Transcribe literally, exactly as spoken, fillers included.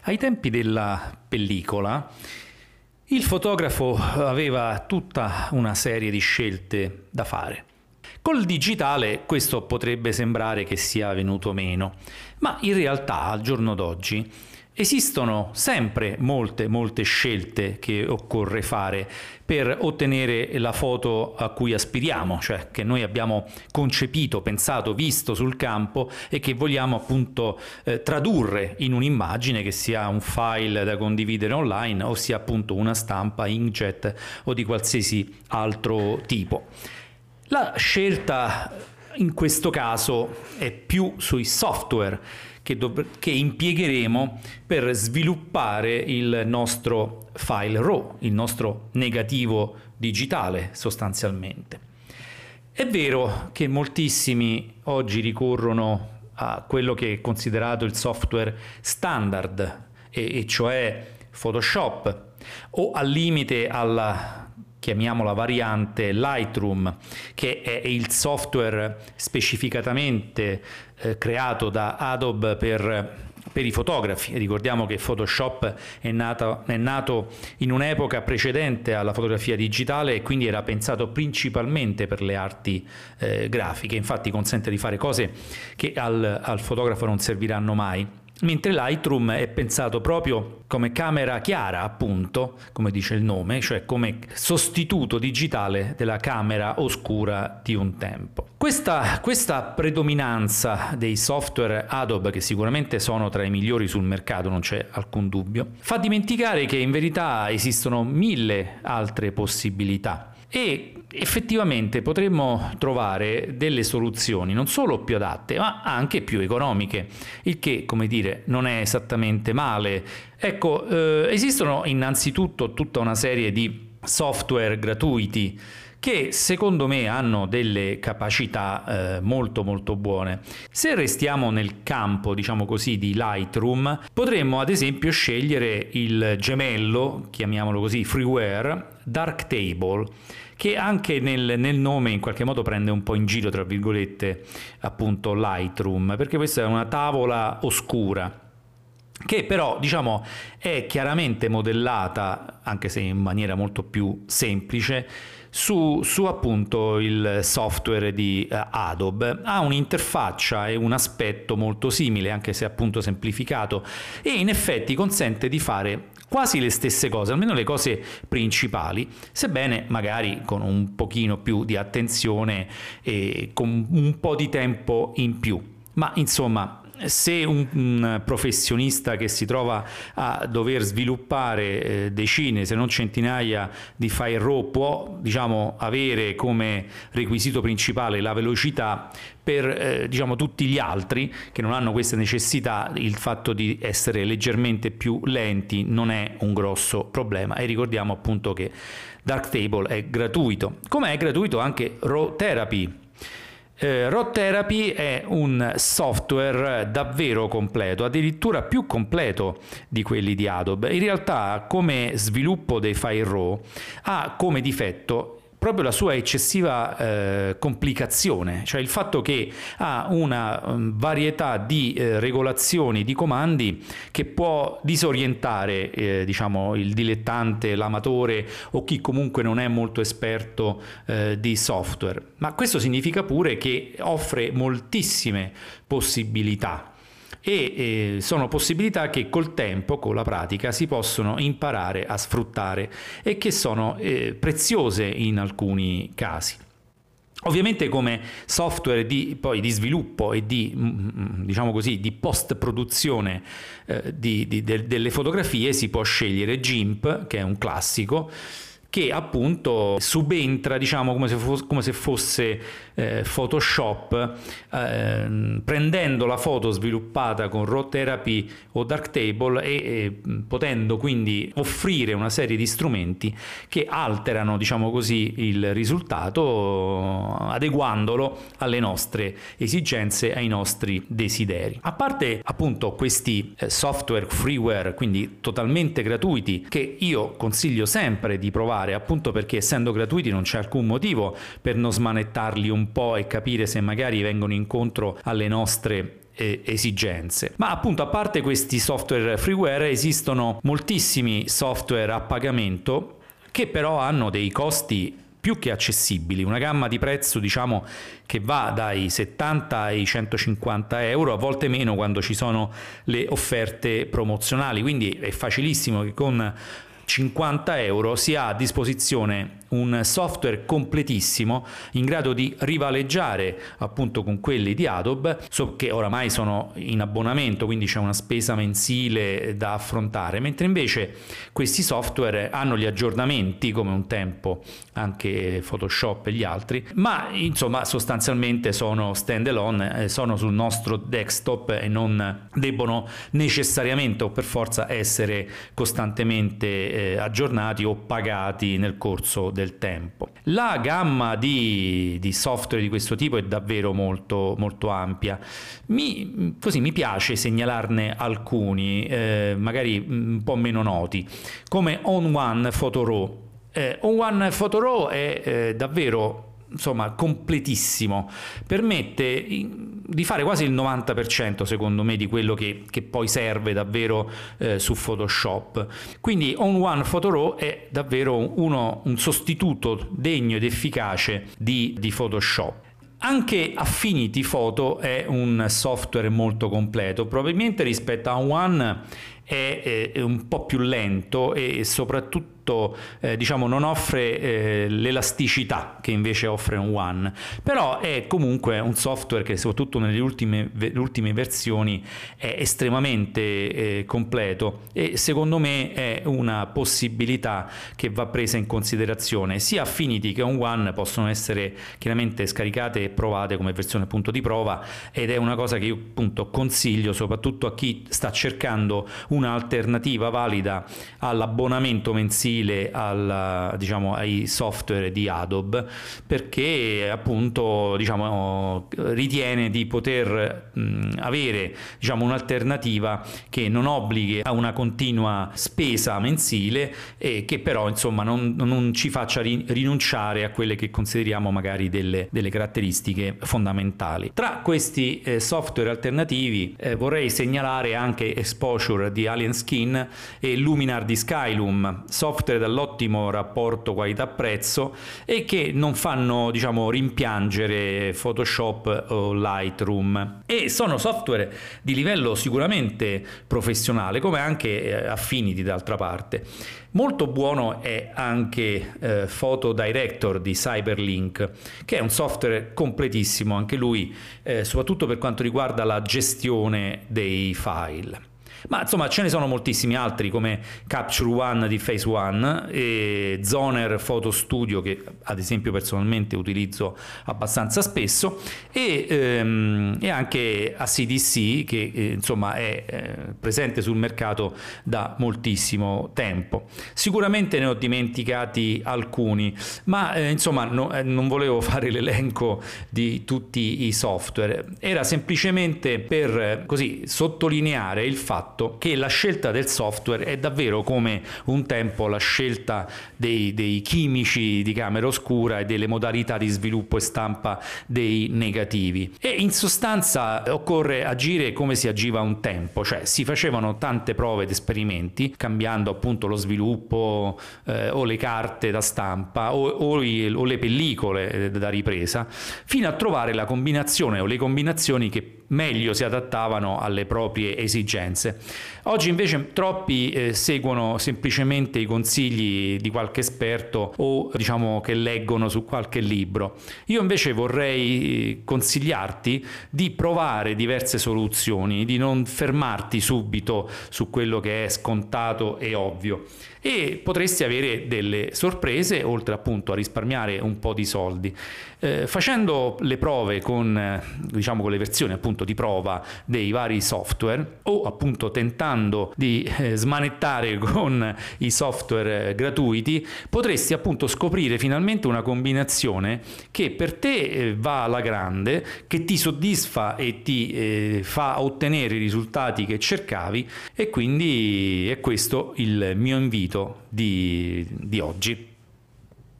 Ai tempi della pellicola, il fotografo aveva tutta una serie di scelte da fare. Col digitale questo potrebbe sembrare che sia venuto meno, ma in realtà al giorno d'oggi esistono sempre molte molte scelte che occorre fare per ottenere la foto a cui aspiriamo, cioè che noi abbiamo concepito, pensato, visto sul campo e che vogliamo appunto eh, tradurre in un'immagine, che sia un file da condividere online o sia appunto una stampa inkjet o di qualsiasi altro tipo. La scelta in questo caso è più sui software che, che impiegheremo per sviluppare il nostro file RAW, il nostro negativo digitale sostanzialmente. È vero che moltissimi oggi ricorrono a quello che è considerato il software standard, e, e cioè Photoshop, o al limite alla chiamiamola variante Lightroom, che è il software specificatamente eh, creato da Adobe per, per i fotografi. Ricordiamo che Photoshop è nato, è nato in un'epoca precedente alla fotografia digitale e quindi era pensato principalmente per le arti eh, grafiche, infatti consente di fare cose che al, al fotografo non serviranno mai. Mentre Lightroom è pensato proprio come camera chiara, appunto, come dice il nome, cioè come sostituto digitale della camera oscura di un tempo. Questa, questa predominanza dei software Adobe, che sicuramente sono tra i migliori sul mercato, non c'è alcun dubbio, fa dimenticare che in verità esistono mille altre possibilità. E effettivamente potremmo trovare delle soluzioni non solo più adatte ma anche più economiche, il che, come dire, non è esattamente male. Ecco, eh, esistono innanzitutto tutta una serie di software gratuiti che secondo me hanno delle capacità eh, molto molto buone. Se restiamo nel campo, diciamo così, di Lightroom, potremmo ad esempio scegliere il gemello, chiamiamolo così, freeware, Darktable, che anche nel, nel nome in qualche modo prende un po' in giro, tra virgolette, appunto Lightroom, perché questa è una tavola oscura che però, diciamo, è chiaramente modellata, anche se in maniera molto più semplice, su, su appunto il software di uh, Adobe. Ha un'interfaccia e un aspetto molto simile, anche se appunto semplificato, e in effetti consente di fare quasi le stesse cose, almeno le cose principali, sebbene magari con un pochino più di attenzione e con un po' di tempo in più. Ma insomma, se un, un professionista che si trova a dover sviluppare eh, decine se non centinaia di file RAW può, diciamo, avere come requisito principale la velocità, per eh, diciamo tutti gli altri che non hanno questa necessità il fatto di essere leggermente più lenti non è un grosso problema. E ricordiamo appunto che Darktable è gratuito, come è gratuito anche RAW Therapy. Eh, RAW Therapy è un software davvero completo, addirittura più completo di quelli di Adobe. In realtà, come sviluppo dei file RAW, ha come difetto proprio la sua eccessiva eh, complicazione, cioè il fatto che ha una um, varietà di eh, regolazioni, di comandi che può disorientare eh, diciamo il dilettante, l'amatore o chi comunque non è molto esperto eh, di software. Ma questo significa pure che offre moltissime possibilità. E eh, sono possibilità che col tempo, con la pratica, si possono imparare a sfruttare e che sono eh, preziose in alcuni casi. Ovviamente come software di, poi, di sviluppo e di, diciamo così, di post-produzione eh, di, di, de, delle fotografie si può scegliere GIMP, che è un classico, che appunto subentra, diciamo, come se fosse, come se fosse eh, Photoshop, eh, prendendo la foto sviluppata con RAW Therapy o Darktable e, e potendo quindi offrire una serie di strumenti che alterano, diciamo così, il risultato, adeguandolo alle nostre esigenze, ai nostri desideri. A parte appunto questi eh, software freeware, quindi totalmente gratuiti, che io consiglio sempre di provare, appunto perché essendo gratuiti non c'è alcun motivo per non smanettarli un po' e capire se magari vengono incontro alle nostre eh, esigenze. Ma appunto, a parte questi software freeware, esistono moltissimi software a pagamento che però hanno dei costi più che accessibili, una gamma di prezzo diciamo che va dai settanta ai centocinquanta euro, a volte meno quando ci sono le offerte promozionali, quindi è facilissimo che con cinquanta euro si ha a disposizione un software completissimo in grado di rivaleggiare appunto con quelli di Adobe, so che oramai sono in abbonamento, quindi c'è una spesa mensile da affrontare, mentre invece questi software hanno gli aggiornamenti come un tempo anche Photoshop e gli altri, ma insomma sostanzialmente sono stand alone, sono sul nostro desktop e non debbono necessariamente o per forza essere costantemente eh, aggiornati o pagati nel corso del tempo. La gamma di, di software di questo tipo è davvero molto, molto ampia. Mi, così mi piace segnalarne alcuni, eh, magari un po' meno noti, come On One Photo Raw. Eh, On One Photo Raw è eh, davvero insomma completissimo, permette di fare quasi il novanta per cento secondo me di quello che, che poi serve davvero eh, su Photoshop. Quindi On One Photo Raw è davvero uno, un sostituto degno ed efficace di, di Photoshop. Anche Affinity Photo è un software molto completo, probabilmente rispetto a On One è, è un po' più lento e soprattutto eh, diciamo non offre eh, l'elasticità che invece offre On One, però è comunque un software che soprattutto nelle ultime, le ultime versioni è estremamente eh, completo e secondo me è una possibilità che va presa in considerazione. Sia Affinity che On One possono essere chiaramente scaricate e provate come versione appunto di prova, ed è una cosa che io appunto consiglio soprattutto a chi sta cercando un'alternativa valida all'abbonamento mensile al, diciamo, ai software di Adobe, perché appunto diciamo ritiene di poter mh, avere diciamo un'alternativa che non obblighi a una continua spesa mensile e che però insomma non, non ci faccia ri- rinunciare a quelle che consideriamo magari delle, delle caratteristiche fondamentali. Tra questi eh, software alternativi eh, vorrei segnalare anche Exposure di Alien Skin e Luminar di Skylum, software dall'ottimo rapporto qualità-prezzo e che non fanno diciamo rimpiangere Photoshop o Lightroom, e sono software di livello sicuramente professionale come anche Affinity d'altra parte. Molto buono è anche eh, Photo Director di Cyberlink, che è un software completissimo anche lui, eh, soprattutto per quanto riguarda la gestione dei file. Ma insomma ce ne sono moltissimi altri come Capture One di Phase One e Zoner Photo Studio, che ad esempio personalmente utilizzo abbastanza spesso, e, ehm, e anche A C D C che eh, insomma è eh, presente sul mercato da moltissimo tempo. Sicuramente ne ho dimenticati alcuni, ma eh, insomma no, eh, non volevo fare l'elenco di tutti i software, era semplicemente per eh, così sottolineare il fatto che la scelta del software è davvero come un tempo la scelta dei, dei chimici di camera oscura e delle modalità di sviluppo e stampa dei negativi, e in sostanza occorre agire come si agiva un tempo, cioè si facevano tante prove ed esperimenti cambiando appunto lo sviluppo eh, o le carte da stampa o, o, i, o le pellicole da ripresa, fino a trovare la combinazione o le combinazioni che meglio si adattavano alle proprie esigenze. Oggi invece troppi eh, seguono semplicemente i consigli di qualche esperto o diciamo che leggono su qualche libro. Io invece vorrei consigliarti di provare diverse soluzioni, di non fermarti subito su quello che è scontato e ovvio, e potresti avere delle sorprese oltre appunto a risparmiare un po' di soldi. Eh, facendo le prove con eh, diciamo con le versioni appunto di prova dei vari software o appunto tentando di eh, smanettare con i software eh, gratuiti, potresti appunto scoprire finalmente una combinazione che per te eh, va alla grande, che ti soddisfa e ti eh, fa ottenere i risultati che cercavi, e quindi è questo il mio invito di, di oggi.